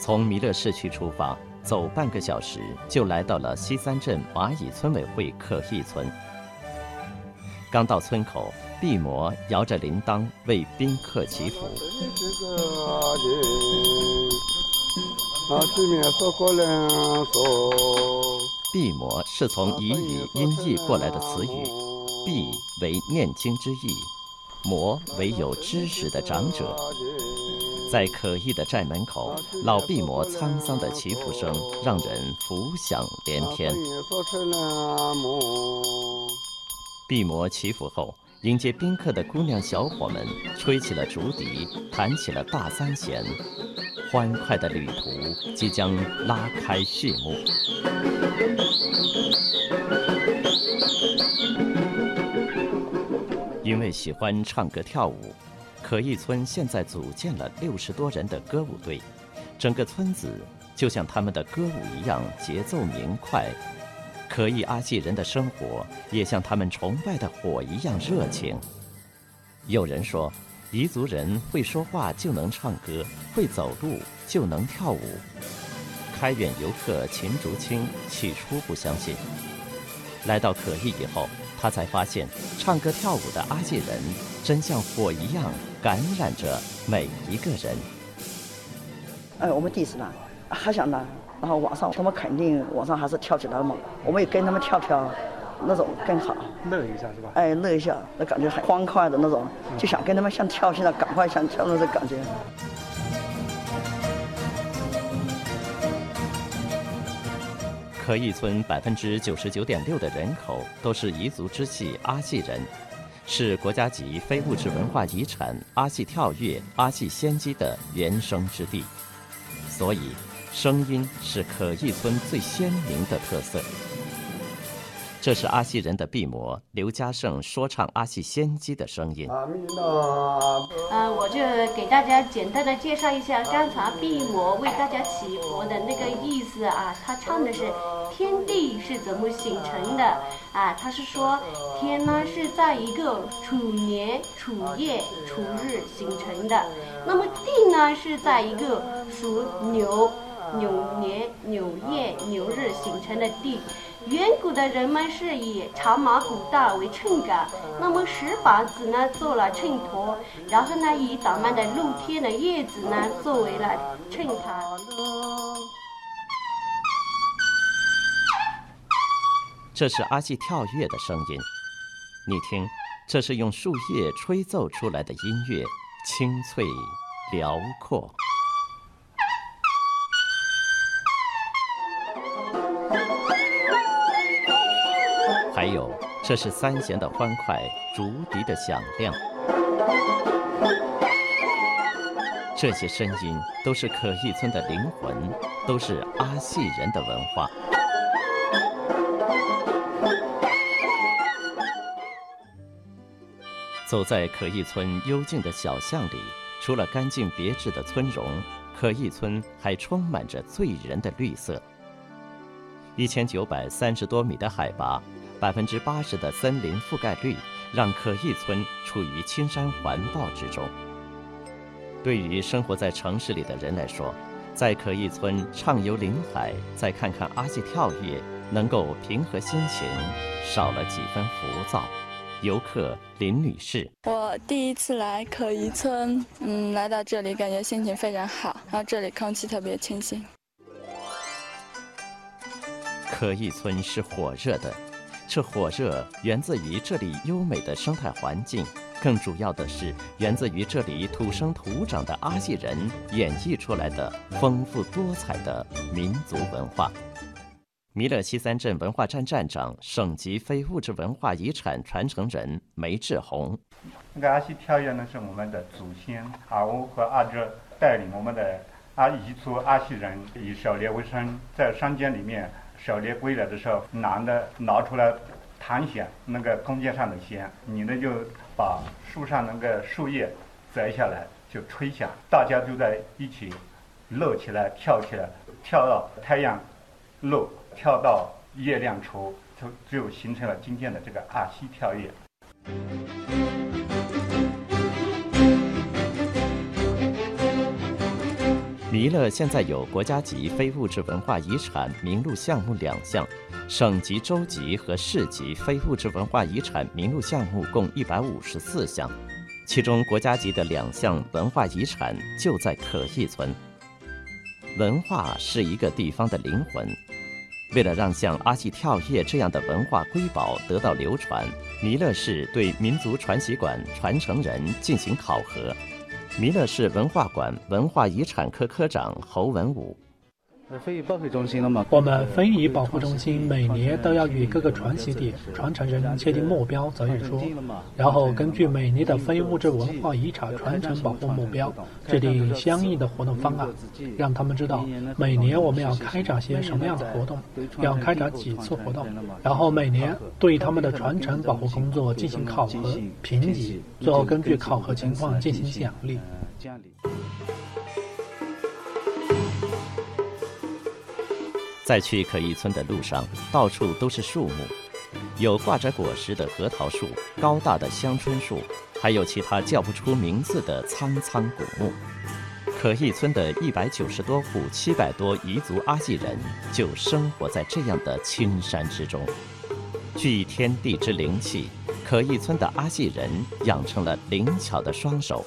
从弥勒市区出发，走半个小时就来到了西三镇蚂蚁村委会可义村。刚到村口，毕摩摇着铃铛为宾客祈福。毕摩是从彝语音译过来的词语，毕为念经之意，摩为有知识的长者。在可义的寨门口，老毕摩沧桑的祈福声让人浮想联翩。毕摩祈福后，迎接宾客的姑娘小伙们吹起了竹笛，弹起了大三弦，欢快的旅途即将拉开序幕。因为喜欢唱歌跳舞，可义村现在组建了60多人的歌舞队，整个村子就像他们的歌舞一样节奏明快。可义阿细人的生活也像他们崇拜的火一样热情。有人说，彝族人会说话就能唱歌，会走路就能跳舞。开远游客秦竹清起初不相信，来到可义以后，他才发现唱歌跳舞的阿细人真像火一样感染着每一个人。 我们第一次来，还想来，然后晚上他们肯定晚上还是跳起来嘛，我们也跟他们跳跳，那种更好， 乐一下是吧？ 乐一下，那感觉很欢快的那种，就想跟他们像跳现在赶快像跳那种感觉。 可义村99.6%的人口都是彝族支系阿细人，是国家级非物质文化遗产阿细跳跃、阿细仙姬的原生之地，所以声音是可义村最鲜明的特色。这是阿细人的毕摩刘家胜说唱阿细仙姬的声音。 我就给大家简单的介绍一下刚才毕摩为大家祈福的那个意思啊。他唱的是天地是怎么形成的啊？他是说天呢是在一个楚年、楚夜、楚日形成的，那么地呢是在一个属牛年、牛夜、牛日形成的地。远古的人们是以长马古道为秤杆，那么石板子呢做了秤砣，然后呢以倒满的露天的叶子呢作为了秤台。 这是阿细跳跃的声音，你听，这是用树叶吹奏出来的音乐，清脆辽阔。还有，这是三弦的欢快，竹笛的响亮。这些声音都是可义村的灵魂，都是阿细人的文化。走在可义村幽静的小巷里，除了干净别致的村容，可义村还充满着醉人的绿色。1930多米的海拔，80%的森林覆盖率，让可义村处于青山环抱之中。对于生活在城市里的人来说，在可义村畅游林海，再看看阿细跳跃，能够平和心情，少了几分浮躁。游客林女士： 我第一次来可义村，来到这里感觉心情非常好，然后这里空气特别清新。 可义村是火热的，这火热源自于这里优美的生态环境，更主要的是源自于这里土生土长的阿细人演绎出来的丰富多彩的民族文化。弥勒西三镇文化站站长、省级非物质文化遗产传承人梅志宏： 那个阿细跳跃呢，是我们的祖先阿欧和阿哲带领我们的彝族阿细人以狩猎为生，在山间里面狩猎归来的时候，男的拿出来弹弦，那个弓箭上的弦，女的就把树上那个树叶摘下来就吹响，大家就在一起乐起来，跳起来，跳到太阳落，跳到月亮出，就形成了今天的这个阿细跳跃。 弥勒现在有国家级非物质文化遗产名录项目2项，省级、州级和市级非物质文化遗产名录项目共154项，其中国家级的2项文化遗产就在可义村。文化是一个地方的灵魂，为了让像阿戏跳跃这样的文化瑰宝得到流传，弥勒市对民族传习馆传承人进行考核。弥勒市文化馆文化遗产科科长侯文武。 我们非遗保护中心每年都要与各个传习点、传承人确定目标责任书，然后根据每年的非物质文化遗产传承保护目标，制定相应的活动方案，让他们知道每年我们要开展些什么样的活动，要开展几次活动，然后每年对他们的传承保护工作进行考核、评级，最后根据考核情况进行奖励。 在去可义村的路上，到处都是树木，有挂着果实的核桃树、高大的香椿树，还有其他叫不出名字的苍苍古木。可义村的190多户700多彝族阿戏人就生活在这样的青山之中。据天地之灵气，可义村的阿戏人养成了灵巧的双手。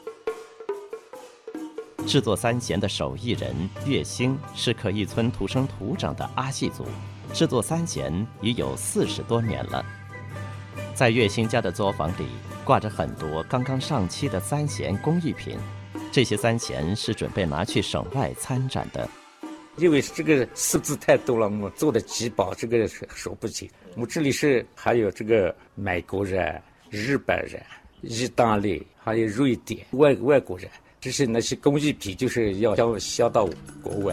制作三弦的手艺人岳兴是可义村土生土长的阿戏族，制作三弦已有40多年了。在岳兴家的作坊里，挂着很多刚刚上漆的三弦工艺品，这些三弦是准备拿去省外参展的。 因为这个数字太多了，我们做的几宝这个数不清。我们这里是还有这个美国人、日本人、意大利，还有瑞典外国人。只是那些工艺品就是要销到国外。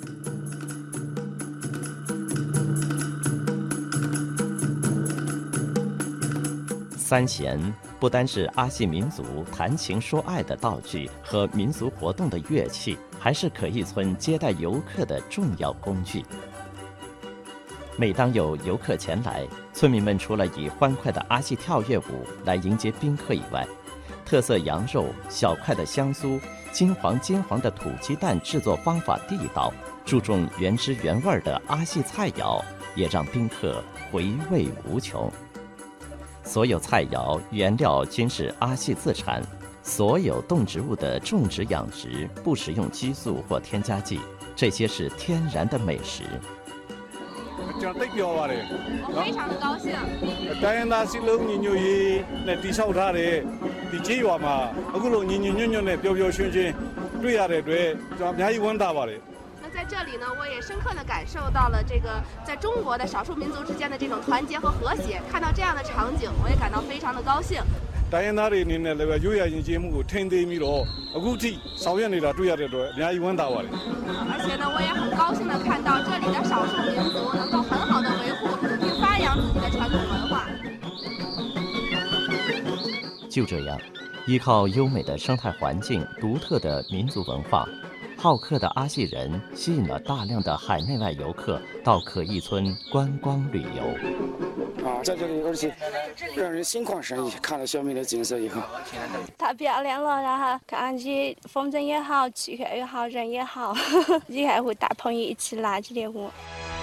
三弦不单是阿戏民族谈情说爱的道具和民俗活动的乐器，还是可义村接待游客的重要工具。每当有游客前来，村民们除了以欢快的阿戏跳跃舞来迎接宾客以外，特色羊肉、小块的香酥、金黄的土鸡蛋制作方法地道，注重原汁原味的阿戏菜肴，也让宾客回味无穷。所有菜肴原料均是阿戏自产，所有动植物的种植养殖不使用激素或添加剂，这些是天然的美食。 我非常的高兴。那在这里呢，我也深刻的感受到了这个在中国的少数民族之间的这种团结和和谐。看到这样的场景，我也感到非常的高兴。而且呢，我也很高兴的看到这里的少数民族能够很好的维护并发扬自己的传统文化。 就这样，依靠优美的生态环境、独特的民族文化，好客的阿戏人吸引了大量的海内外游客到可义村观光旅游。 在这里，而且让人心旷神怡。看了小美的景色以后， 太漂亮了，然后看起风景也好，气候也好，人也好，以后会带朋友一起来这里玩。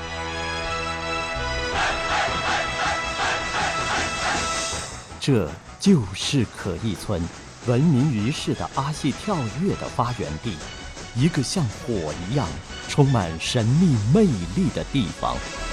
这就是可义村，闻名于世的阿戏跳跃的发源地，一个像火一样充满神秘魅力的地方。